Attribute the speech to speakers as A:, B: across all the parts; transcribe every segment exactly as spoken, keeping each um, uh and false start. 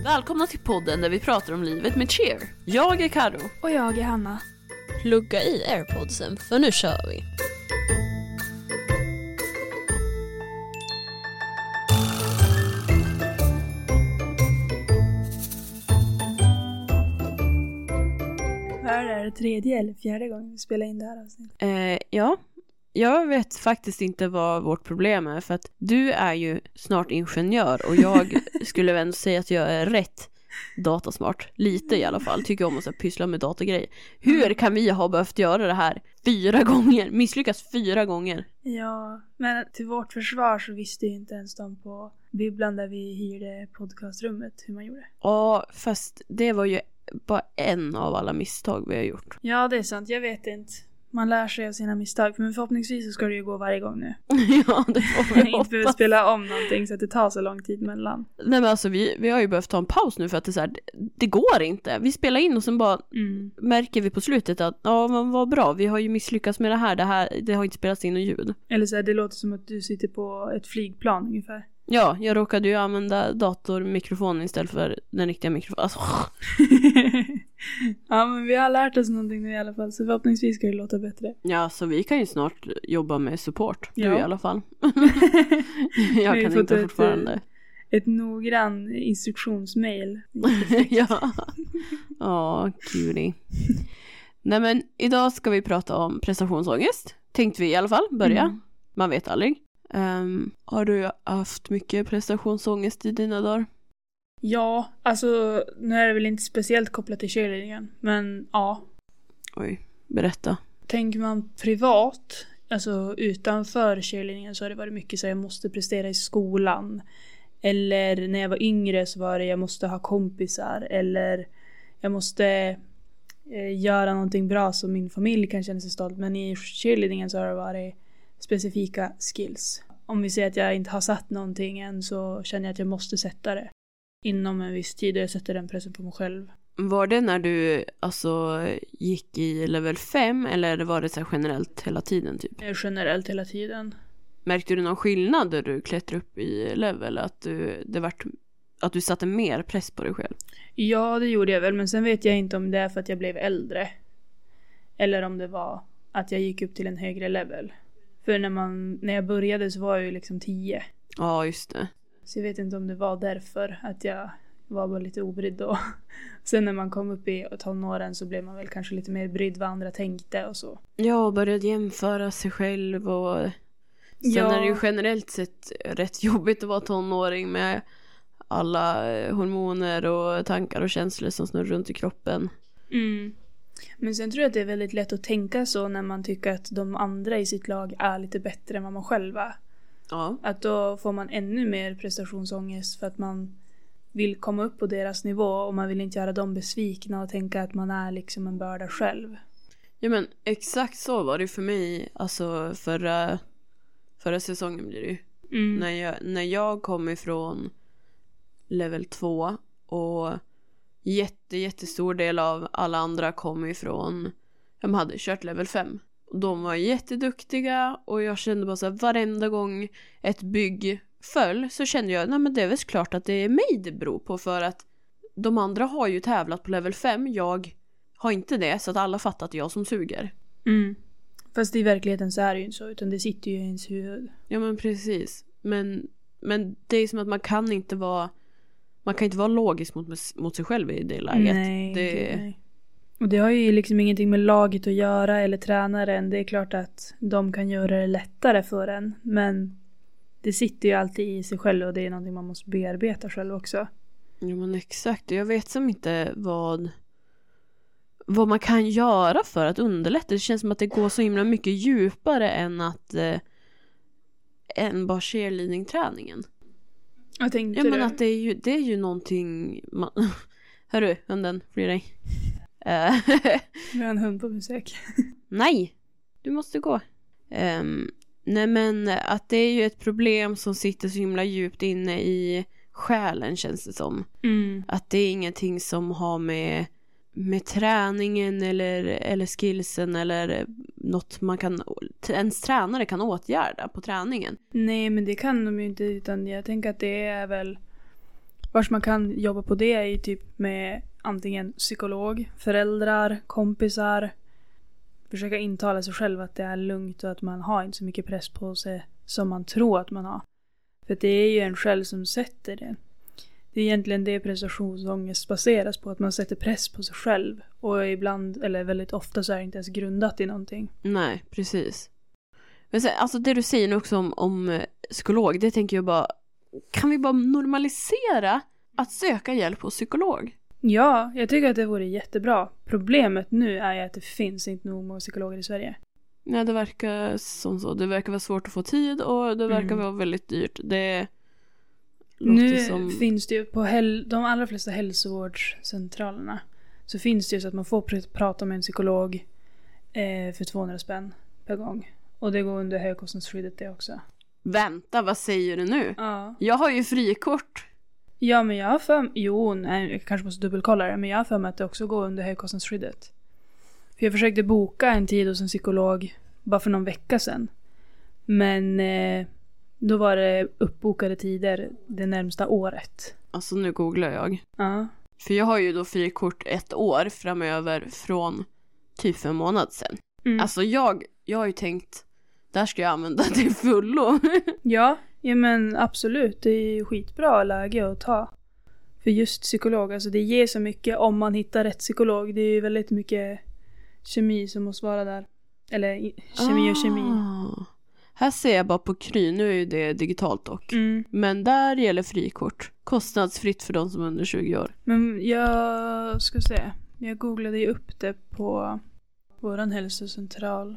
A: Välkomna till podden där vi pratar om livet med Cheer. Jag är Karo.
B: Och jag är Hanna.
C: Plugga i AirPodsen, för nu kör vi.
B: Vad är det, tredje eller fjärde gången vi spelar in det här avsnittet?
A: Eh, ja, jag vet faktiskt inte vad vårt problem är. För att du är ju snart ingenjör. Och jag skulle väl säga att jag är rätt datasmart. Lite i alla fall. Tycker om att så här, pyssla med datagrejer. Hur kan vi ha behövt göra det här fyra gånger? Misslyckas fyra gånger.
B: Ja, men till vårt försvar så visste ju inte ens de på bibblan där vi hyrde podcastrummet hur man gjorde.
A: Ja, fast det var ju bara en av alla misstag vi har gjort.
B: Ja, det är sant. Jag vet inte. Man lär sig av sina misstag. Men förhoppningsvis så ska det ju gå varje gång nu.
A: Ja, det får vi
B: inte
A: hoppas.
B: behöver spela om någonting så att det tar så lång tid mellan.
A: Nej men alltså vi, vi har ju behövt ta en paus nu för att det är så här, det, det går inte. Vi spelar in och sen bara
B: Mm.
A: märker vi på slutet att ja men vad bra, vi har ju misslyckats med det här. Det, här, det har inte spelats in något ljud.
B: Eller så här, det låter som att du sitter på ett flygplan ungefär.
A: Ja, jag råkade ju använda datormikrofonen istället för den riktiga mikrofonen. Alltså.
B: Ja, men vi har lärt oss någonting nu i alla fall. Så förhoppningsvis ska det låta bättre.
A: Ja, så vi kan ju snart jobba med support. Du
B: Ja.
A: i alla fall. Jag
B: Vi har
A: kan
B: fått
A: inte
B: ett,
A: fortfarande.
B: Ett noggrann instruktionsmail.
A: Ja. Ja, cutie. Nej men idag ska vi prata om prestationsångest. Tänkte vi i alla fall börja.
B: Mm.
A: Man vet aldrig. Um, har du haft mycket prestationsångest i dina dagar?
B: Ja, alltså nu är det väl inte speciellt kopplat till cheerleadingen. Men ja.
A: Oj, berätta.
B: Tänker man privat, alltså utanför cheerleadingen, så har det varit mycket så jag måste prestera i skolan. Eller när jag var yngre så var det jag måste ha kompisar. Eller jag måste eh, göra någonting bra som min familj kan känna sig stolt. Men i cheerleadingen så har det varit specifika skills. Om vi säger att jag inte har satt någonting än så känner jag att jag måste sätta det inom en viss tid och jag sätter den pressen på mig själv.
A: Var det när du alltså gick i level fem eller var det så här generellt hela tiden typ?
B: Generellt hela tiden.
A: Märkte du någon skillnad när du klättrade upp i level? Att du, det vart, att du satte mer press på dig själv?
B: Ja, det gjorde jag väl. Men sen vet jag inte om det är för att jag blev äldre. Eller om det var att jag gick upp till en högre level. För när, man, när jag började så var jag ju liksom tio.
A: Ja, just det.
B: Så jag vet inte om det var därför att jag var bara lite obrydd då. Sen när man kom upp i tonåren så blev man väl kanske lite mer brydd vad andra tänkte och så.
A: Ja, började jämföra sig själv och sen
B: Ja.
A: är det ju generellt sett rätt jobbigt att vara tonåring med alla hormoner och tankar och känslor som snurrar runt i kroppen.
B: Mm. Men sen tror jag att det är väldigt lätt att tänka så när man tycker att de andra i sitt lag är lite bättre än vad man själv är.
A: Ja.
B: Att då får man ännu mer prestationsångest för att man vill komma upp på deras nivå och man vill inte göra dem besvikna och tänka att man är liksom en börda själv.
A: Ja men exakt så var det för mig alltså förra, förra säsongen blir det ju.
B: Mm.
A: När jag, när jag kom ifrån level två och jätte, jättestor del av alla andra kom ifrån, de hade kört level fem. De var jätteduktiga och jag kände bara så här, varenda gång ett bygg föll så kände jag, nej men det är väl klart att det är mig det beror på för att de andra har ju tävlat på level fem, jag har inte det så att alla fattar att jag som suger.
B: Mm. Fast i verkligheten så är det ju inte så utan det sitter ju i ens huvud.
A: Ja men precis. Men, men det är som att man kan inte vara man kan inte vara logisk mot, mot sig själv i det läget.
B: Nej,
A: det...
B: nej. Och det har ju liksom ingenting med laget att göra eller tränaren. Det är klart att de kan göra det lättare för en. Men det sitter ju alltid i sig själv och det är någonting man måste bearbeta själv också.
A: Ja men exakt. Jag vet som inte vad vad man kan göra för att underlätta. Det känns som att det går så himla mycket djupare än att eh, än bara cheerleading-träningen.
B: Jag tänkte
A: Ja men
B: det.
A: att det är ju, det är ju någonting man... Hörru, hunden, fly dig.
B: Vi har en hund på besök.
A: Nej, du måste gå. Um, nej men att det är ju ett problem som sitter så himla djupt inne i själen känns det som.
B: Mm.
A: Att det är ingenting som har med, med träningen eller, eller skillsen eller något man kan, ens tränare kan åtgärda på träningen.
B: Nej men det kan de ju inte utan jag tänker att det är väl Vars man kan jobba på det är ju typ med antingen psykolog, föräldrar, kompisar. Försöka intala sig själv att det är lugnt och att man har inte så mycket press på sig som man tror att man har. För det är ju en själv som sätter det. Det är egentligen det prestationsångest baseras på, att man sätter press på sig själv. Och ibland, eller väldigt ofta, så är det inte ens grundat i någonting.
A: Nej, precis. Men sen, alltså det du säger nu också om, om psykolog, det tänker jag bara, kan vi bara normalisera att söka hjälp hos psykolog?
B: Ja, jag tycker att det vore jättebra. Problemet nu är ju att det finns inte nog många psykologer i Sverige.
A: Nej, det verkar som så. Det verkar vara svårt att få tid och det verkar mm. vara väldigt dyrt. Det
B: nu
A: som...
B: finns det ju på häl- de allra flesta hälsovårdscentralerna så finns det ju så att man får pr- prata med en psykolog eh, för tvåhundra spänn per gång. Och det går under högkostnadsskyddet det också.
A: Vänta, vad säger du nu?
B: Ja.
A: Jag har ju frikort.
B: Ja, men jag har för... Jo, nej, jag kanske måste dubbelkolla det. Men jag har för mig att det också går under högkostnadsskyddet. För jag försökte boka en tid hos en psykolog bara för någon vecka sedan. Men eh, då var det uppbokade tider det närmsta året.
A: Alltså nu googlar jag.
B: Ja.
A: För jag har ju då frikort ett år framöver från typ för en månad sedan. Mm. Alltså jag, jag har ju tänkt, där ska jag använda det fullo.
B: Ja, ja, men absolut. Det är ju skitbra läge att ta. För just psykolog, alltså det ger så mycket om man hittar rätt psykolog. Det är ju väldigt mycket kemi som måste vara där. Eller kemi och kemi.
A: Ah. Här ser jag bara på Kry, nu är ju det digitalt dock.
B: Mm.
A: Men där gäller frikort. Kostnadsfritt för de som är under tjugo år.
B: Men jag ska se. Jag googlade ju upp det på våran hälsocentral.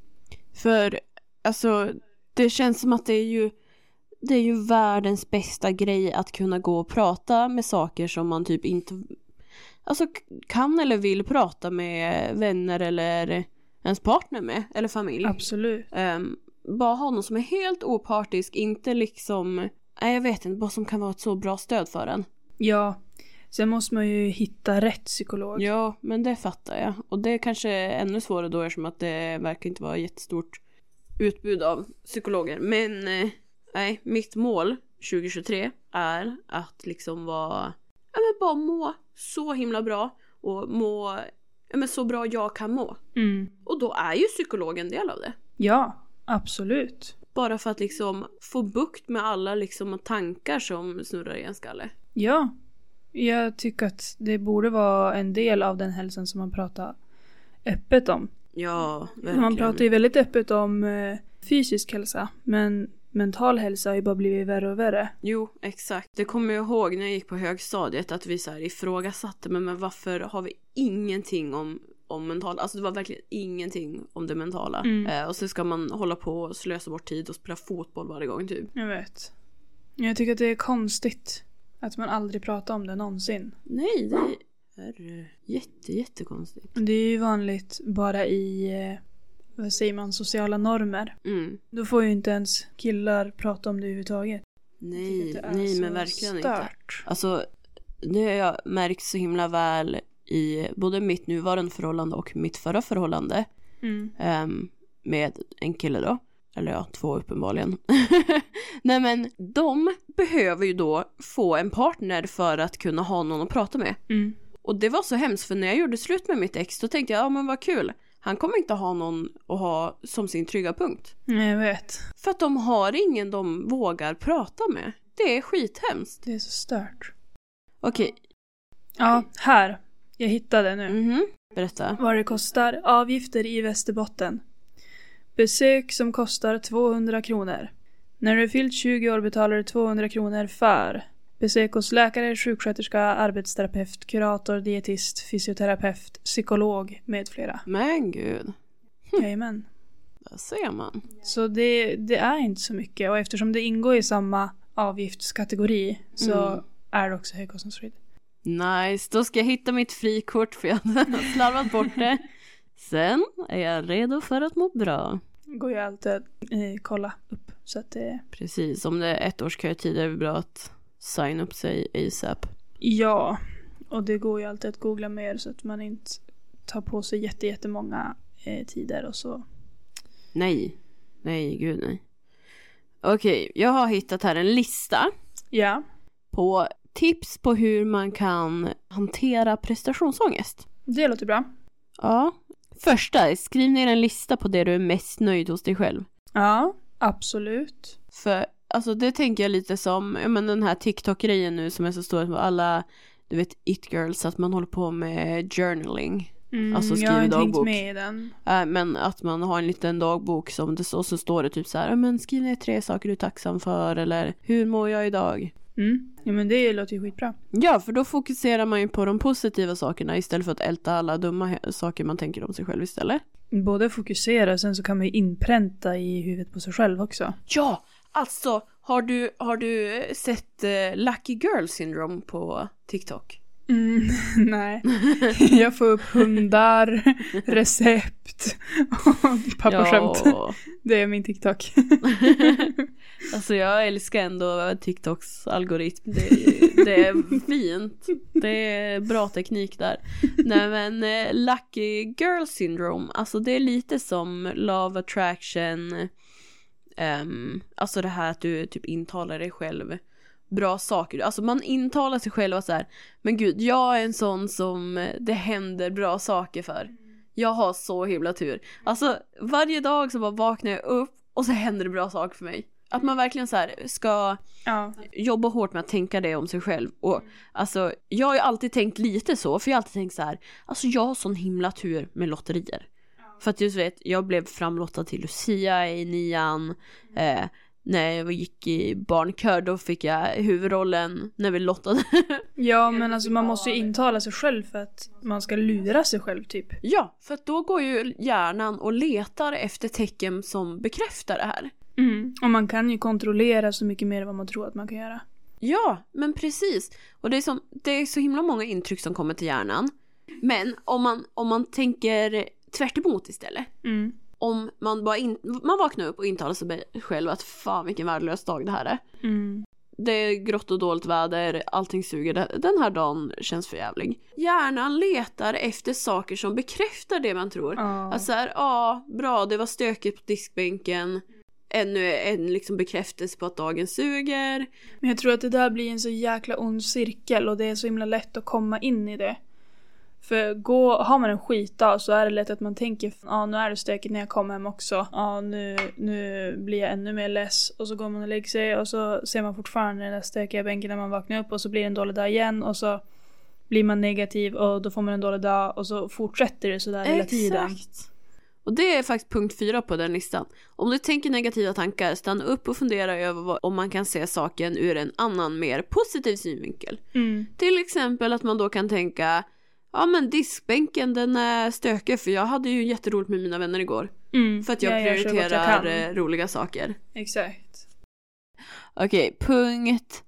A: För alltså det känns som att det är ju det är ju världens bästa grej att kunna gå och prata med saker som man typ inte alltså kan eller vill prata med vänner eller ens partner med eller familj.
B: Absolut.
A: Um, bara ha någon som är helt opartisk, inte liksom, nej jag vet inte, bara som kan vara ett så bra stöd för en.
B: Ja, sen måste man ju hitta rätt psykolog.
A: Ja, men det fattar jag. Och det är kanske ännu svårare då eftersom att det verkar inte vara jättestort utbud av psykologer. Men eh, nej, mitt mål tjugohundratjugotre är att liksom vara, ja men bara må så himla bra och må, ja men så bra jag kan må.
B: Mm.
A: Och då är ju psykologen en del av det.
B: Ja, absolut.
A: Bara för att liksom få bukt med alla liksom tankar som snurrar i en skalle.
B: Ja, jag tycker att det borde vara en del av den hälsan som man pratar öppet om.
A: Ja, verkligen.
B: Man pratar ju väldigt öppet om eh, fysisk hälsa, men mental hälsa har ju bara blivit värre och värre.
A: Jo, exakt. Det kommer jag ihåg när jag gick på högstadiet att vi så här ifrågasatte, men, men varför har vi ingenting om, om mental? Alltså det var verkligen ingenting om det mentala. Mm. Eh, och så ska man hålla på och slösa bort tid och spela fotboll varje gång typ.
B: Jag vet. Jag tycker att det är konstigt att man aldrig pratar om det någonsin.
A: Nej, det är jätte, jättekonstigt.
B: Det är ju vanligt bara i, vad säger man, sociala normer.
A: Mm. Då
B: får ju inte ens killar prata om det överhuvudtaget.
A: Nej, nej men verkligen
B: stört.
A: inte. Alltså, det har jag märkt så himla väl i både mitt nuvarande förhållande och mitt förra förhållande.
B: Mm.
A: Um, med en kille då. Eller ja, två uppenbarligen. Nej men, de behöver ju då få en partner för att kunna ha någon att prata med.
B: Mm.
A: Och det var så hemskt, för när jag gjorde slut med mitt ex, då tänkte jag, ja men vad kul. Han kommer inte ha någon att ha som sin trygga punkt.
B: Nej, jag vet.
A: För att de har ingen de vågar prata med. Det är skithemskt.
B: Det är så stört.
A: Okej.
B: Ja, här. Jag hittade nu.
A: Mhm. Berätta.
B: Vad det kostar. Avgifter i Västerbotten. Besök som kostar tvåhundra kronor. När du är fyllt tjugo år betalar du tvåhundra kronor för besök hos läkare, sjuksköterska, arbetsterapeut, kurator, dietist, fysioterapeut, psykolog med flera.
A: Men gud.
B: Jajamän.
A: Där ser man.
B: Så det, det är inte så mycket. Och eftersom det ingår i samma avgiftskategori så mm. är det också högkostnadsskydd.
A: Nice. Då ska jag hitta mitt frikort för jag har slarvat bort det. Sen är jag redo för att må bra.
B: Går ju alltid att eh, kolla upp. Så att det...
A: Precis, om det är ett års kötid är det bra att signa upp sig ASAP.
B: Ja, och det går ju alltid att googla mer så att man inte tar på sig jätte, jättemånga eh, tider och så.
A: Nej, nej, gud nej. Okej, jag har hittat här en lista.
B: Ja.
A: På tips på hur man kan hantera prestationsångest.
B: Det låter bra.
A: Ja. Första, skriv ner en lista på det du är mest nöjd hos dig själv.
B: Ja, absolut.
A: För alltså det tänker jag lite som, ja, men den här TikTok-grejen nu som är så stor, alla, du vet, it girls, att man håller på med journaling.
B: Mm,
A: alltså
B: jag har
A: skriver
B: inte hängt
A: dagbok.
B: med i den.
A: Äh, men att man har en liten dagbok som det så, så står det typ så här, men skriv ner tre saker du är tacksam för, eller hur mår jag idag?
B: Mm. Ja, men det låter ju skitbra.
A: Ja, för då fokuserar man ju på de positiva sakerna istället för att älta alla dumma he- saker man tänker om sig själv istället.
B: Både fokusera, sen så kan man ju inpränta i huvudet på sig själv också.
A: Ja, alltså har du, har du sett uh, Lucky Girl Syndrome på TikTok?
B: Mm, nej. Jag får upp hundar, recept och pappaskämt.
A: Ja.
B: Det är min TikTok.
A: Alltså jag älskar ändå TikToks algoritm. Det, det är fint. Det är bra teknik där. Nej men uh, Lucky Girl Syndrome, alltså det är lite som Love Attraction. Um, alltså det här att du typ intalar dig själv bra saker. Alltså man intalar sig själv så här, men gud, jag är en sån som det händer bra saker för. Jag har så himla tur. Alltså varje dag så bara vaknar jag upp och så händer det bra saker för mig. Att man verkligen så här ska
B: ja.
A: jobba hårt med att tänka det om sig själv. Och alltså jag har ju alltid tänkt lite så, för jag har alltid tänkt så här, alltså jag har sån himla tur med lotterier. För att just vet, jag blev framlottad till Lucia i nian. Eh, när jag gick i barnkör, då fick jag huvudrollen när vi lottade.
B: Ja, men alltså man måste ju intala sig själv för att man ska lura sig själv typ.
A: Ja, för att då går ju hjärnan och letar efter tecken som bekräftar det här.
B: Mm. Och man kan ju kontrollera så mycket mer än vad man tror att man kan göra.
A: Ja, men precis. Och det är, som, det är så himla många intryck som kommer till hjärnan. Men om man, om man tänker tvärt emot istället.
B: Mm.
A: Om man bara in, man vaknar upp och intalar sig själv att fan vilken värdelös dag det här är.
B: Mm.
A: Det är grått och dåligt väder, allting suger. Den här dagen känns för jävlig. Hjärnan letar efter saker som bekräftar det man tror.
B: Ja.
A: Alltså här, ja, bra, det var stökigt på diskbänken. Ännu en liksom bekräftelse på att dagen suger.
B: Men jag tror att det där blir en så jäkla ond cirkel och det är så himla lätt att komma in i det. För gå, har man en skitdag så är det lätt att man tänker, ja ah, nu är det stökigt när jag kommer hem också. Ja ah, nu, nu blir jag ännu mer less. Och så går man och lägger sig och så ser man fortfarande den där stökiga bänken när man vaknar upp. Och så blir det en dålig dag igen och så blir man negativ och då får man en dålig dag. Och så fortsätter det sådär hela tiden.
A: Exakt. Och det är faktiskt punkt fyra på den listan. Om du tänker negativa tankar, stanna upp och fundera över vad, om man kan se saken ur en annan mer positiv synvinkel.
B: Mm.
A: Till exempel att man då kan tänka, ja men diskbänken den är stökig för jag hade ju jätteroligt med mina vänner igår.
B: Mm.
A: För att jag
B: jag
A: prioriterar
B: jag
A: roliga saker.
B: Exakt.
A: Okej, punkt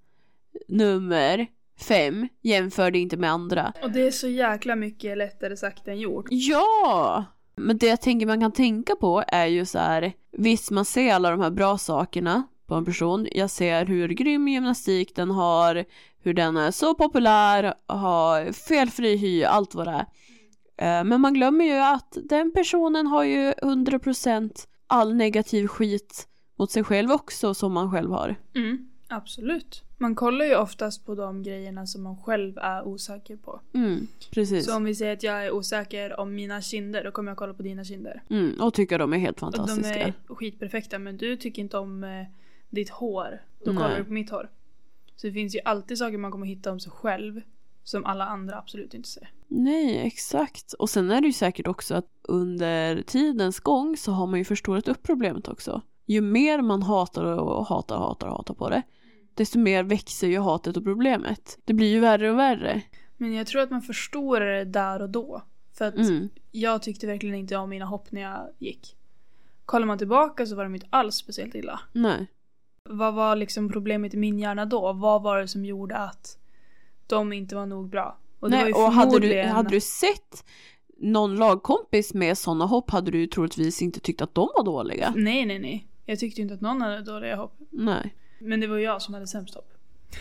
A: nummer fem. Jämför det inte med andra.
B: Och det är så jäkla mycket lättare sagt än gjort.
A: Ja! Men det jag tänker man kan tänka på är ju så här, visst man ser alla de här bra sakerna på en person. Jag ser hur grym gymnastik den har, hur den är så populär, har felfri hy, allt vad det är. Men man glömmer ju att den personen har ju hundra procent all negativ skit mot sig själv också som man själv har.
B: Mm, absolut. Man kollar ju oftast på de grejerna som man själv är osäker på.
A: Mm, precis.
B: Så om vi säger att jag är osäker om mina kinder, då kommer jag kolla på dina kinder.
A: Mm, och tycker de är helt fantastiska.
B: Och de är skitperfekta, men du tycker inte om eh, ditt hår. Då
A: Nej.
B: kollar du på mitt hår. Så det finns ju alltid saker man kommer hitta om sig själv som alla andra absolut inte ser.
A: Nej, exakt. Och sen är det ju säkert också att under tidens gång så har man ju förstorat upp problemet också. Ju mer man hatar och hatar och hatar och hatar på det, desto mer växer ju hatet och problemet. Det blir ju värre och värre.
B: Men jag tror att man förstorar det där och då. För att
A: Mm.
B: jag tyckte verkligen inte om mina hopp när jag gick. Kollar man tillbaka så var de inte alls speciellt illa.
A: Nej.
B: Vad var liksom problemet i min hjärna då? Vad var det som gjorde att de inte var nog bra? Och det
A: Nej,
B: var ju
A: och hade du,
B: förmodligen...
A: hade du sett någon lagkompis med sådana hopp hade du ju troligtvis inte tyckt att de var dåliga.
B: Nej, nej, nej. Jag tyckte inte att någon hade dåliga hopp.
A: Nej.
B: Men det var jag som hade sämst hopp.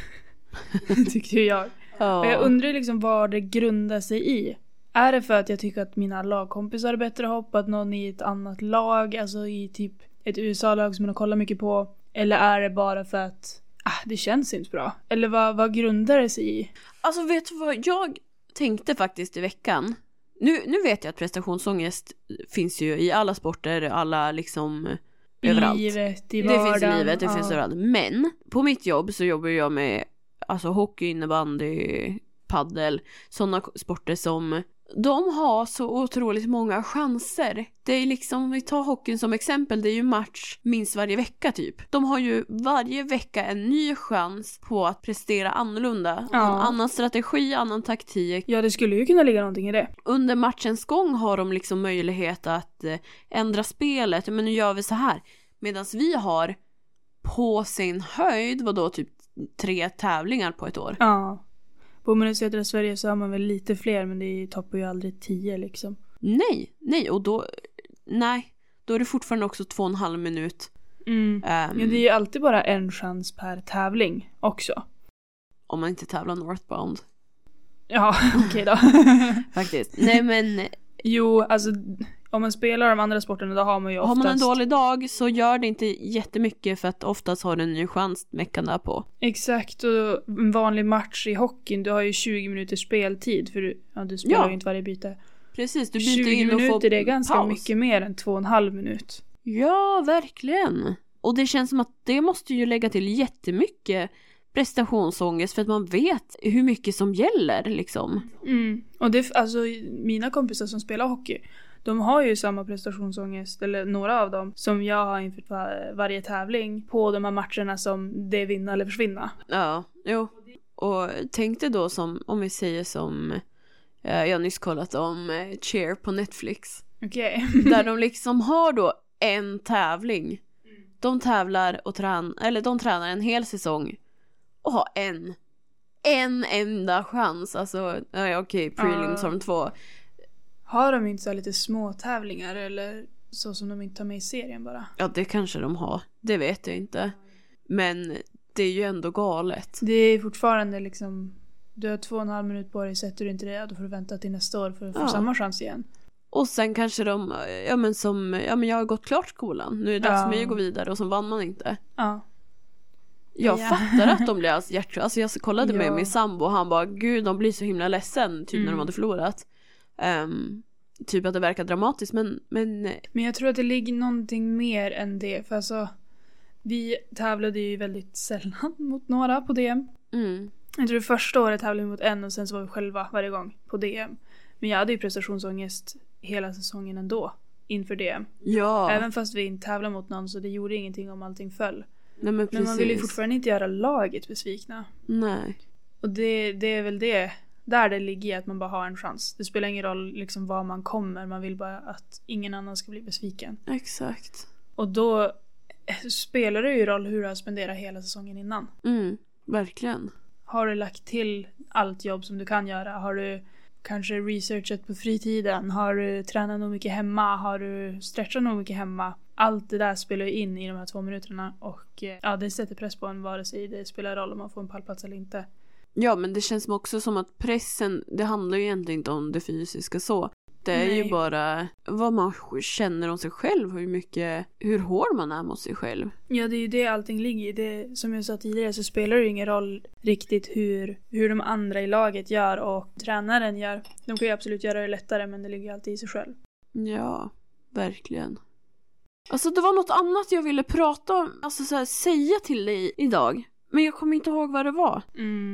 B: Tyckte ju jag.
A: Ja.
B: Och jag undrar liksom vad det grundar sig i. Är det för att jag tycker att mina lagkompisar har bättre hopp? Att någon i ett annat lag, alltså i typ ett U S A-lag som jag kollar mycket på? Eller är det bara för att Ah, det känns inte bra. Eller vad, vad grundar det sig i?
A: Alltså vet du vad, jag tänkte faktiskt i veckan. Nu, nu vet jag att prestationsångest finns ju i alla sporter, alla liksom överallt.
B: Livet, i
A: det
B: vardagen.
A: finns i livet, det
B: ja.
A: finns överallt. Men på mitt jobb så jobbar jag med alltså hockey, innebandy, paddel, sådana sporter som de har så otroligt många chanser. Det är liksom, vi tar hockeyn som exempel, det är ju match minst varje vecka typ. De har ju varje vecka en ny chans på att prestera annorlunda.
B: Ja.
A: En annan strategi, annan taktik.
B: Ja, det skulle ju kunna ligga någonting i det.
A: Under matchens gång har de liksom möjlighet att eh, ändra spelet. Men nu gör vi så här. Medan vi har på sin höjd, vadå, typ tre tävlingar på ett år.
B: Ja. På man i södra Sverige så har man väl lite fler, men det toppar ju aldrig tio liksom.
A: Nej, nej, och då nej, då är det fortfarande också två och en halv minut.
B: Mm.
A: Um,
B: Ja, det är ju alltid bara en chans per tävling också.
A: Om man inte tävlar Northbound.
B: Ja, okej då.
A: Faktiskt. Nej, men
B: Jo, alltså om man spelar de andra sporterna då har man ju oftast...
A: har man en dålig dag så gör det inte jättemycket, för att oftast har du en ny chans veckan där på.
B: Exakt, och en vanlig match i hockeyn, du har ju tjugo minuters speltid, för ja, du spelar
A: Ja.
B: ju inte varje byte.
A: Precis, du byter
B: tjugo
A: in och
B: minuter,
A: får
B: det är ganska
A: paus.
B: mycket mer än två och en halv minut.
A: Ja, verkligen. Och det känns som att det måste ju lägga till jättemycket prestationsångest, för att man vet hur mycket som gäller liksom.
B: Mm. Och det, alltså mina kompisar som spelar hockey, de har ju samma prestationsångest, eller några av dem, som jag har inför var- varje tävling på de här matcherna som det är vinna eller försvinna.
A: Ja, jo. Och tänk dig då som, om vi säger som eh, jag har nyss kollat om eh, Cheer på Netflix.
B: Okej.
A: Där de liksom har då en tävling. De tävlar och tränar, eller de tränar en hel säsong och har en en enda chans. Alltså, ja, okej, prelims har de två.
B: Har de inte så här lite små tävlingar eller så som de inte tar med i serien bara?
A: Ja, det kanske de har. Det vet jag inte. Men det är ju ändå galet.
B: Det är fortfarande liksom, du har två och en halv minut på dig, sätter du inte det, då får du vänta till nästa år för att få
A: Ja.
B: samma chans igen.
A: Och sen kanske de, ja men som, ja men jag har gått klart skolan. Nu är det dags
B: Ja.
A: för mig att gå vidare, och så vann man inte.
B: Ja.
A: Jag
B: Ja.
A: fattar att de blir alltså hjärtro. Alltså jag kollade med
B: Ja.
A: min sambo och han bara, gud de blir så himla ledsen typ
B: Mm.
A: när de hade förlorat. Um, typ att det verkar dramatiskt, men, men
B: Men jag tror att det ligger någonting mer än det. För alltså, vi tävlade ju väldigt sällan mot några på D M.
A: mm,
B: Jag tror det första året tävlade vi mot en och sen så var vi själva varje gång på D M. Men jag hade ju prestationsångest hela säsongen ändå inför D M.
A: ja,
B: Även fast vi inte tävlade mot någon, så det gjorde ingenting om allting föll.
A: nej men precis.
B: Men man vill ju fortfarande inte göra laget besvikna.
A: Nej.
B: Och det, det är väl det där det ligger i, att man bara har en chans. Det spelar ingen roll liksom var man kommer, man vill bara att ingen annan ska bli besviken.
A: Exakt.
B: Och då spelar det ju roll hur du har spenderat hela säsongen innan.
A: Mm, verkligen.
B: Har du lagt till allt jobb som du kan göra? Har du kanske researchat på fritiden? Har du tränat nog mycket hemma? Har du stretchat nog mycket hemma? Allt det där spelar ju in i de här två minuterna. Och eh, ja, det sätter press på en, vare sig det spelar roll om man får en pallplats eller inte.
A: Ja, men det känns också som att pressen, det handlar ju egentligen inte om det fysiska så. Det är
B: Nej.
A: ju bara vad man känner om sig själv, hur mycket, hur hård man är mot sig själv.
B: Ja, det är ju det allting ligger i. Det, som jag sa tidigare så spelar det ju ingen roll riktigt hur, hur de andra i laget gör och tränaren gör. De kan ju absolut göra det lättare, men det ligger alltid i sig själv.
A: Ja, verkligen. Alltså det var något annat jag ville prata om, alltså så här, säga till dig idag. Men jag kommer inte ihåg vad det var.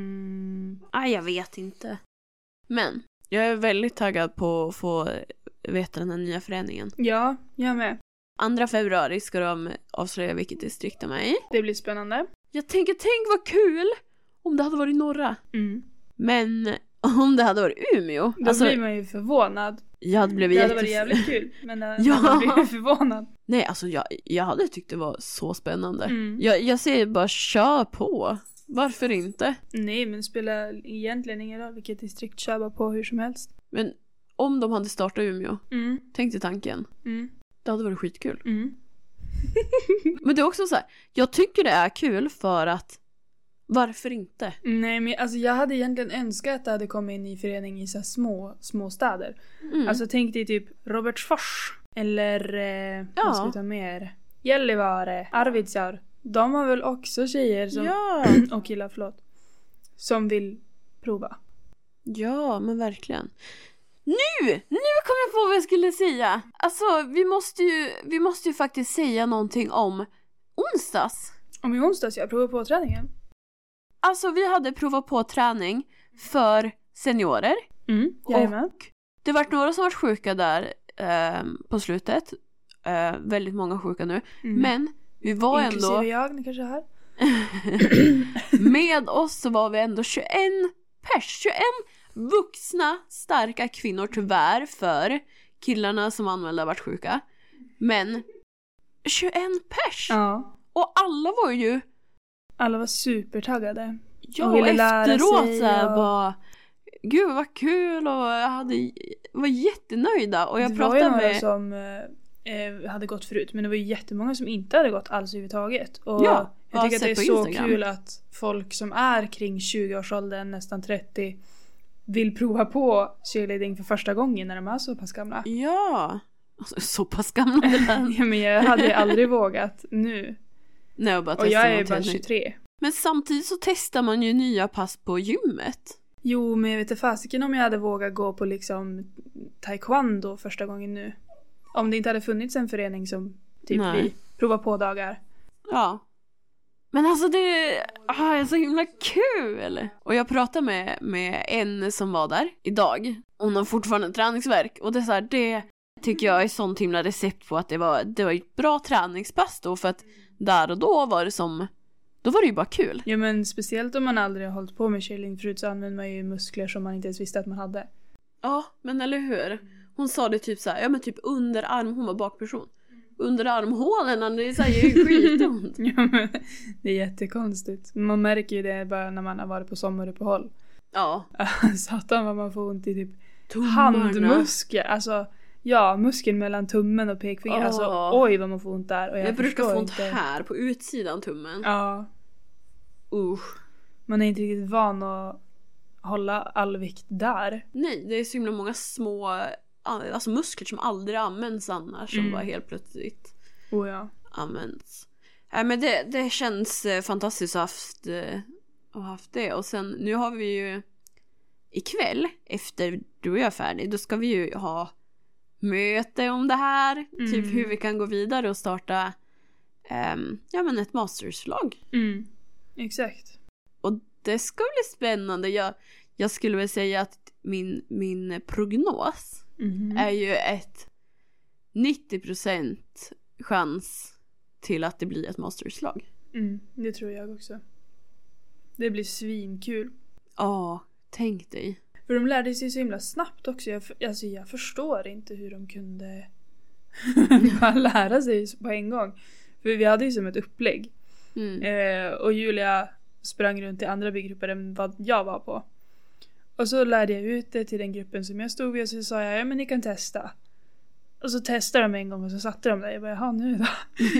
B: Mm.
A: Nej, jag vet inte. Men jag är väldigt taggad på att få veta den här nya föreningen.
B: Ja, jag med.
A: andra februari ska de avslöja vilket distrikt de är i.
B: Det blir spännande.
A: Jag tänker, tänk vad kul om det hade varit norra.
B: Mm.
A: Men om det hade varit Umeå.
B: Då
A: Alltså,
B: blir man ju förvånad.
A: jag hade blivit
B: Det hade
A: jättef-
B: varit jävligt kul. Men äh,
A: Ja.
B: man blir ju förvånad.
A: Nej, alltså jag, jag hade tyckt det var så spännande.
B: Mm.
A: Jag, jag säger bara, kör på. Varför inte?
B: Nej, men det spelar egentligen ingen roll vilket distrikt kör bara på hur som helst.
A: Men om de hade startat Umeå,
B: Mm.
A: tänk dig tanken.
B: Mm.
A: Det hade varit skitkul.
B: Mm.
A: Men det är också så här, jag tycker det är kul för att varför inte?
B: Nej, men alltså jag hade egentligen önskat att det hade kommit en ny förening i så här små, små städer.
A: Mm.
B: Alltså tänk dig typ Robertsfors. Eller, eh,
A: Ja.
B: vad ska vi ta mer? Gällivare, Arvidsjaur. De har väl också tjejer som,
A: Ja.
B: och killar, förlåt, som vill prova.
A: Ja, men verkligen. Nu! Nu kom jag på vad jag skulle säga. Alltså, vi måste ju, vi måste ju faktiskt säga någonting om onsdags.
B: Om i onsdags jag provar på träningen.
A: Alltså, vi hade provat på träning för seniorer.
B: Mm, jajamän.
A: Och det var några som var sjuka där eh, på slutet. Eh, väldigt många sjuka nu.
B: Mm.
A: Men vi var
B: Inklusive
A: ändå...
B: jag, ni kanske hör.
A: Med oss så var vi ändå tjugoen pers. tjugoen vuxna, starka kvinnor, tyvärr, för killarna som anmälde varit sjuka. Men tjugoen pers!
B: Ja.
A: Och alla var ju...
B: Alla var supertaggade.
A: Ja,
B: och ville lära
A: efteråt
B: sig
A: så här
B: och-
A: bara... Gud vad kul, och jag hade, var jättenöjda. Och jag
B: det var ju
A: pratade
B: några
A: med...
B: som eh, hade gått förut, men det var ju jättemånga som inte hade gått alls överhuvudtaget. Och
A: Ja,
B: jag tycker
A: ja,
B: att det är
A: sett
B: så
A: på Instagram.
B: kul att folk som är kring tjugo-årsåldern, nästan trettio, vill prova på cheerleading för första gången när de är så pass gamla.
A: Ja, alltså, så pass gamla är den.
B: Ja, men jag hade aldrig vågat nu.
A: Nej, jag bara
B: Och
A: testar
B: jag är
A: något
B: bara
A: helt nytt.
B: tjugotre.
A: Men samtidigt så testar man ju nya pass på gymmet.
B: Jo, men jag vet inte fasiken om jag hade vågat gå på liksom taekwondo första gången nu. Om det inte hade funnits en förening som typ
A: Nej.
B: vi provar på dagar.
A: Ja. Men alltså det ah, är så himla kul. Och jag pratade med, med en som var där idag. Hon har fortfarande träningsvärk. Och det är så här, det tycker jag är sånt himla recept på att det var, det var ett bra träningspass då. För att där och då var det som... Då var det ju bara kul.
B: Ja, men speciellt om man aldrig har hållit på med cheerleading förut så använder man ju muskler som man inte ens visste att man hade.
A: Ja, men eller hur? Hon sa det typ så här, ja men typ underarm, hon var bakperson. Underarmhålen, det säger ju skitont.
B: Ja, men det är jättekonstigt. Man märker ju det bara när man har varit på sommaruppehåll.
A: Ja.
B: Satan vad man får ont i typ
A: Tummarna.
B: handmuskel. Alltså, ja, muskeln mellan tummen och pekfingret.
A: Åh.
B: Alltså, oj vad man får ont där. Och jag
A: Jag brukar
B: förstår
A: få ont
B: inte.
A: här på utsidan tummen.
B: Ja,
A: Usch.
B: man är inte riktigt van att hålla all vikt där.
A: Nej, det är så himla många små alltså muskler som aldrig används annars som
B: Mm.
A: bara helt plötsligt
B: Oh ja.
A: används. Nej, men det, det känns eh, fantastiskt att ha haft, eh, att ha haft det. Och sen, nu har vi ju ikväll, efter du och jag är färdig, då ska vi ju ha möte om det här.
B: Mm.
A: Typ hur vi kan gå vidare och starta ehm, ja, men ett masterslag.
B: Mm. Exakt.
A: Och det ska bli spännande. Jag, jag skulle väl säga att min, min prognos
B: Mhm.
A: är ju ett nittio procent chans till att det blir ett masterslag.
B: Mm, det tror jag också. Det blir svinkul.
A: Ja, tänk dig.
B: För de lärde sig så himla snabbt också. Jag, alltså jag förstår inte hur de kunde bara lära sig på en gång. För vi hade ju som ett upplägg.
A: Mm.
B: Eh, och Julia sprang runt i andra bygggrupper än vad jag var på. Och så lärde jag ut det till den gruppen som jag stod vid. Och så sa jag, ja men ni kan testa. Och så testade de en gång och så satte de där. Jag bara, jaha nu då.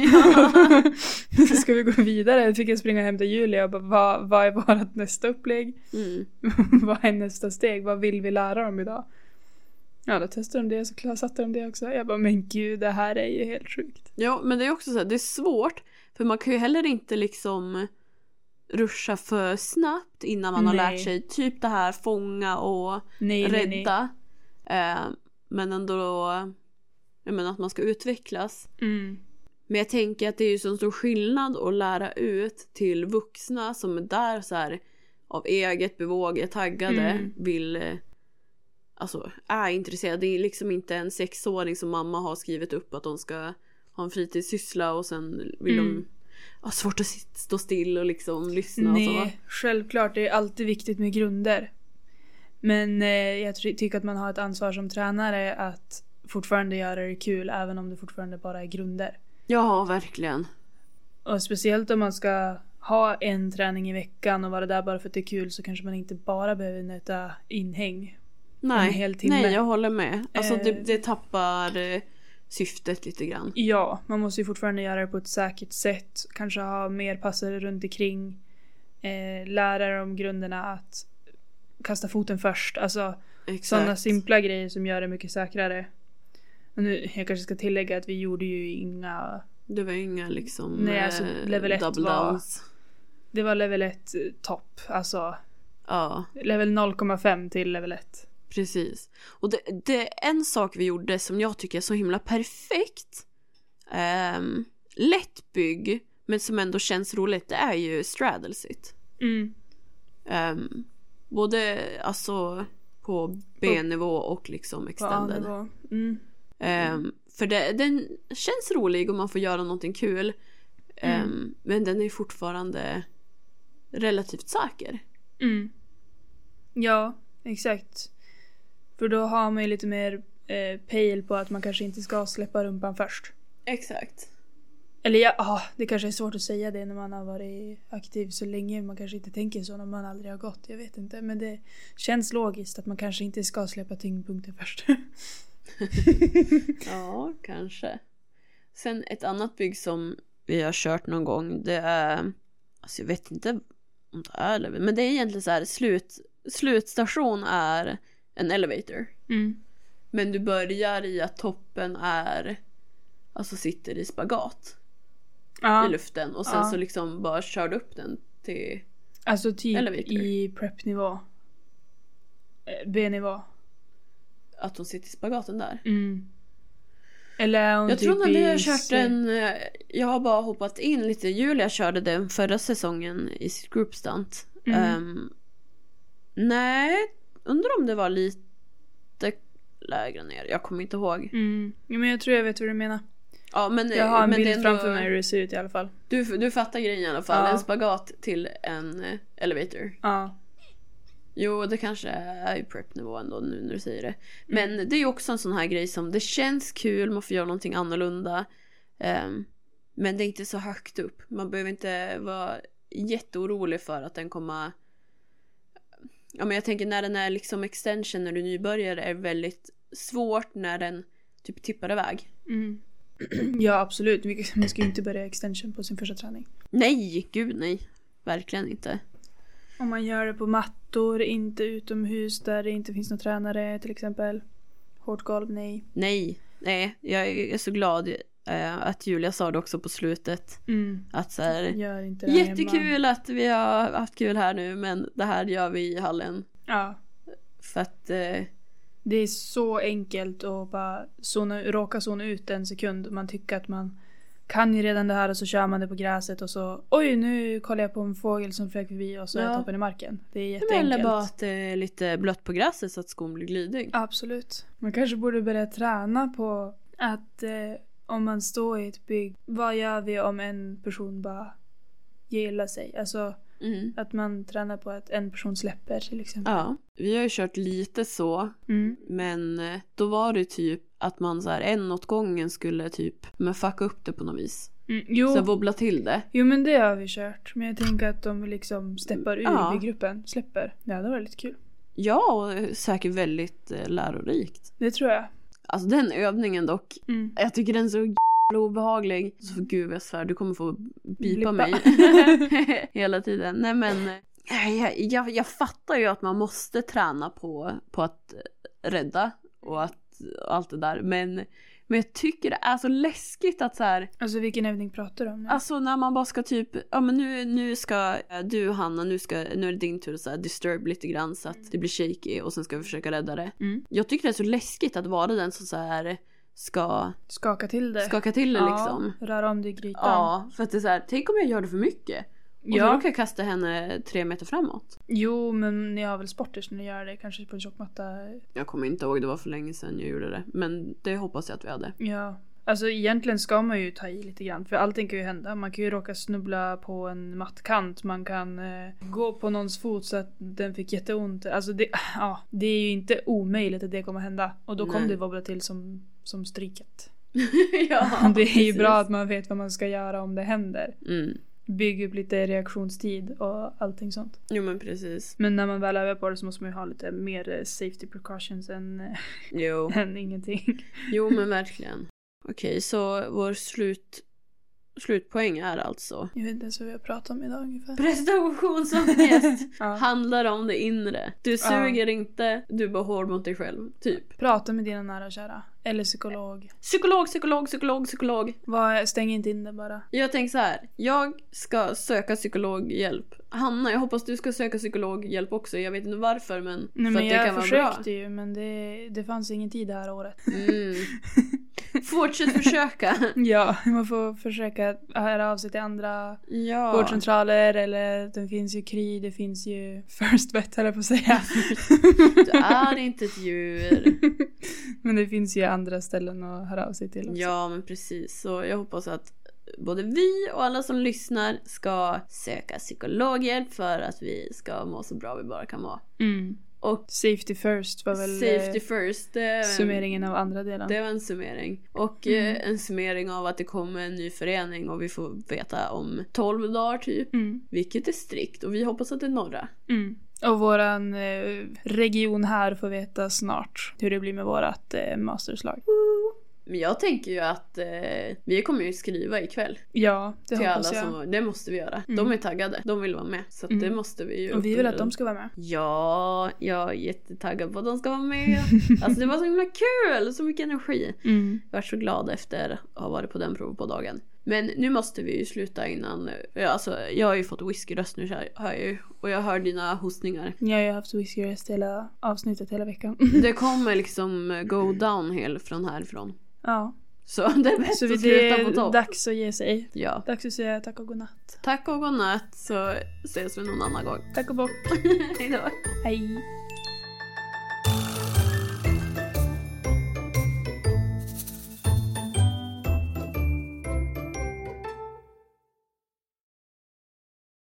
A: Ja.
B: Så ska vi gå vidare. Jag fick jag springa hem till Julia och bara, vad, vad är vårt nästa upplägg?
A: Mm.
B: Vad är nästa steg? Vad vill vi lära dem idag? Ja, då testade de det så klart satte de det också. Jag bara, men gud, det här är ju helt sjukt.
A: Ja, men det är också så här, det är svårt. För man kan ju heller inte liksom ruscha för snabbt innan man har
B: Nej.
A: lärt sig typ det här fånga och
B: Nej, nej, nej.
A: rädda. Eh, men ändå jag menar att man ska utvecklas.
B: Mm.
A: Men jag tänker att det är ju så stor skillnad att lära ut till vuxna som är där så här av eget bevåg, är taggade,
B: Mm.
A: vill eh, alltså är intresserade. Det är liksom inte en sexåring som mamma har skrivit upp att de ska ha en fritidssyssla och sen vill
B: Mm.
A: de ha svårt att sit- stå still och liksom lyssna och så.
B: Nej, självklart. Det är alltid viktigt med grunder. Men eh, jag ty- tycker att man har ett ansvar som tränare att fortfarande göra det kul även om det fortfarande bara är grunder.
A: Ja, verkligen.
B: Och speciellt om man ska ha en träning i veckan och vara där bara för att det är kul så kanske man inte bara behöver nöta inhäng.
A: Nej,
B: En hel timme.
A: nej jag håller med. Alltså
B: Eh.
A: det, det tappar eh, syftet lite grann.
B: Ja, man måste ju fortfarande göra det på ett säkert sätt. Kanske ha mer passare runt omkring. Eh, lära dem grunderna att kasta foten först. Alltså
A: Exakt.
B: sådana simpla grejer som gör det mycket säkrare. Och nu, jag kanske ska tillägga att vi gjorde ju inga
A: Det var inga liksom
B: Nej, alltså, level ett
A: double
B: var,
A: downs.
B: Det var level ett topp. Alltså
A: Ja.
B: level noll komma fem till level ett.
A: Precis. Och det, det är en sak vi gjorde som jag tycker är så himla perfekt. Um, lätt bygg, men som ändå känns roligt, det är ju straddle sit.
B: Mm.
A: Um, både alltså på B-nivå och liksom extended.
B: På A-nivå. Mm.
A: Um, för det, den känns rolig och man får göra någonting kul. Um,
B: Mm.
A: Men den är fortfarande relativt säker.
B: Mm. Ja, exakt. För då har man ju lite mer eh, pejl på att man kanske inte ska släppa rumpan först.
A: Exakt.
B: Eller ja, ah, det kanske är svårt att säga det när man har varit aktiv så länge. Man kanske inte tänker så när man aldrig har gått, jag vet inte. Men det känns logiskt att man kanske inte ska släppa tyngdpunkter först.
A: Ja, kanske. Sen ett annat bygg som vi har kört någon gång, det är, alltså jag vet inte om det är elevator, men det är egentligen så här, slut, slutstation är en elevator.
B: Mm.
A: Men du börjar i att toppen är, alltså sitter i spagat
B: Ja.
A: i luften och sen
B: Ja.
A: så liksom bara kör du upp den till
B: Alltså typ
A: elevator.
B: i prep-nivå. Eh, B-nivå.
A: Att hon sitter i spagaten där.
B: Mm. Eller hon
A: Jag
B: typ
A: tror när vi har
B: i
A: kört
B: se-
A: den, eh, jag har bara hoppat in lite. Julia körde den förra säsongen i sitt group stunt.
B: Mm.
A: Um, nej, undrar om det var lite lägre ner. Jag kommer inte ihåg.
B: Mm. Ja, men jag tror jag vet vad du menar.
A: Ja, men,
B: Jag har en
A: men
B: bild
A: det är ändå,
B: framför mig hur det ser ut i alla fall.
A: Du, du fattar grejen i alla fall.
B: Ja.
A: En spagat till en eh, elevator.
B: Ja.
A: Jo, det kanske är i prep-nivå ändå nu när du säger det. Men
B: Mm.
A: det är ju också en sån här grej som det känns kul, man får göra någonting annorlunda. Um, men det är inte så högt upp. Man behöver inte vara jätteorolig för att den kommer... Ja, men jag tänker när den är liksom extension, när du nybörjar, är det väldigt svårt när den typ tippar iväg.
B: Mm. Ja, absolut. Man ska ju inte börja extension på sin första träning.
A: Nej, gud nej. Verkligen inte.
B: Om man gör det på mattor, inte utomhus där det inte finns någon tränare till exempel. Hårt golv, nej.
A: Nej, nej. Jag är så glad eh, att Julia sa det också på slutet.
B: Mm.
A: Att så här,
B: Gör inte det hemma.
A: jättekul att vi har haft kul här nu, men det här gör vi i hallen.
B: Ja.
A: För att eh,
B: Det är så enkelt att bara zona, råka zona ut en sekund. Man tycker att man kan ju redan det här och så kör man det på gräset och så oj, nu kollar jag på en fågel som flög förbi och så
A: Ja.
B: är toppen i marken. Det är
A: det
B: jätteenkelt.
A: gäller bara att det är lite blött på gräset så att skon blir glidning.
B: Absolut. Man kanske borde börja träna på att eh, om man står i ett bygg, vad gör vi om en person bara gillar sig? Alltså
A: Mm.
B: att man tränar på att en person släpper till exempel.
A: Ja, vi har ju kört lite så,
B: Mm.
A: men eh, då var det typ att man så här en åt gången skulle typ men fucka upp det på något vis.
B: Mm. Jo.
A: Så wobbla till det.
B: jo, men det har vi kört. Men jag tänker att de liksom steppar ur
A: Ja.
B: byggruppen, släpper. Ja, det var lite kul.
A: Ja, och säkert väldigt eh, lärorikt.
B: Det tror jag.
A: Alltså den övningen dock,
B: Mm.
A: jag tycker den är så jävla obehaglig. Så för gud jag svär, du kommer få bipa
B: Blippa.
A: mig hela tiden. Nej men, eh, jag, jag, jag fattar ju att man måste träna på, på att rädda och att allt det där. Men, men jag tycker det är så läskigt att så här,
B: Alltså vilken övning pratar du om nu?
A: alltså när man bara ska typ, ja men nu, nu ska du Hanna, nu, ska, nu är det din tur att så här disturb lite grann så att det blir shaky och sen ska vi försöka rädda det.
B: Mm.
A: Jag tycker det är så läskigt att vara den som så här ska
B: Skaka till det.
A: skaka till det
B: ja,
A: liksom.
B: röra om det i grytan.
A: Ja, för att det är så här, tänk om jag gör det för mycket. Och
B: Ja.
A: så råkar jag kasta henne tre meter framåt.
B: Jo, men ni har väl sporters när ni gör det? Kanske på en tjockmatta.
A: Jag kommer inte ihåg, det var för länge sedan jag gjorde det. Men det hoppas jag att vi hade.
B: Ja. Alltså egentligen ska man ju ta i lite grann. För allting kan ju hända. Man kan ju råka snubbla på en mattkant. Man kan eh, gå på någons fot så att den fick jätteont. Alltså det, ja, det är ju inte omöjligt att det kommer hända. Och då kommer
A: Nej.
B: det wobbla till som, som stryket.
A: Ja,
B: det är ju
A: precis.
B: bra att man vet vad man ska göra om det händer.
A: Mm.
B: Bygga upp lite reaktionstid och allting sånt.
A: Jo men precis.
B: Men när man väl övar på det så måste man ju ha lite mer eh, safety precautions än, eh,
A: Jo.
B: än ingenting.
A: Jo men verkligen. Okej, så vår slut slutpoäng är alltså
B: Jag vet inte ens vad vi har pratat om idag ungefär.
A: prestationsångest
B: Ja.
A: handlar om det inre. Du
B: Ja.
A: suger inte, du är bara hård mot dig själv, typ.
B: Prata med dina nära och kära. Eller psykolog.
A: Psykolog, psykolog, psykolog, psykolog.
B: Vad, stäng inte in det bara.
A: Jag tänker så här. Jag ska söka psykologhjälp. Hanna, jag hoppas du ska söka psykologhjälp också. Jag vet inte varför, men
B: Nej,
A: för
B: men
A: att det
B: jag
A: kan vara bra.
B: försökte ju, men det, det fanns ingen tid det här året.
A: Mm. Fortsätt försöka.
B: Ja, man får försöka höra av sig till andra
A: Ja.
B: vårdcentraler, eller det finns ju Kry, det finns ju First Vet, höll jag på att säga.
A: Du är inte ett djur.
B: Men det finns ju andra ställen att höra av sig till också.
A: Ja, men precis. Så jag hoppas att både vi och alla som lyssnar ska söka psykologhjälp för att vi ska må så bra vi bara kan må.
B: Mm.
A: Och
B: Safety first var väl
A: safety first. Det är en,
B: summeringen av andra delen.
A: det var en summering. Och
B: Mm.
A: eh, en summering av att det kommer en ny förening och vi får veta om tolv dagar typ.
B: Mm.
A: Vilket distrikt. Och vi hoppas att det är norra.
B: Mm. Och våran eh, region här får veta snart hur det blir med vårat eh, masterslag.
A: Men jag tänker ju att eh, vi kommer ju skriva ikväll.
B: Ja, det
A: Till alla
B: hoppas jag.
A: som, det måste vi göra.
B: Mm.
A: De är taggade. De vill vara med. Så att
B: Mm.
A: det måste vi ju.
B: Och vi vill att de ska vara med.
A: Ja, jag är jättetaggad på att de ska vara med. Alltså det var så himla kul. Så mycket energi.
B: Mm.
A: Jag var så glad efter att ha varit på den prov på dagen. Men nu måste vi ju sluta innan. Ja, alltså, jag har ju fått whiskyröst nu, hör jag ju. Och jag hör dina hostningar.
B: Jag har ju haft whiskyröst hela avsnittet hela veckan.
A: Det kommer liksom go downhill från härifrån.
B: Ja.
A: Så det är bäst
B: Så
A: att
B: det
A: sluta på
B: är
A: topp.
B: dags att ge sig.
A: Ja.
B: Dags att säga tack och godnatt.
A: Tack och godnatt, så ses vi någon annan gång.
B: Tack och bock.
A: Hejdå.
B: Hej.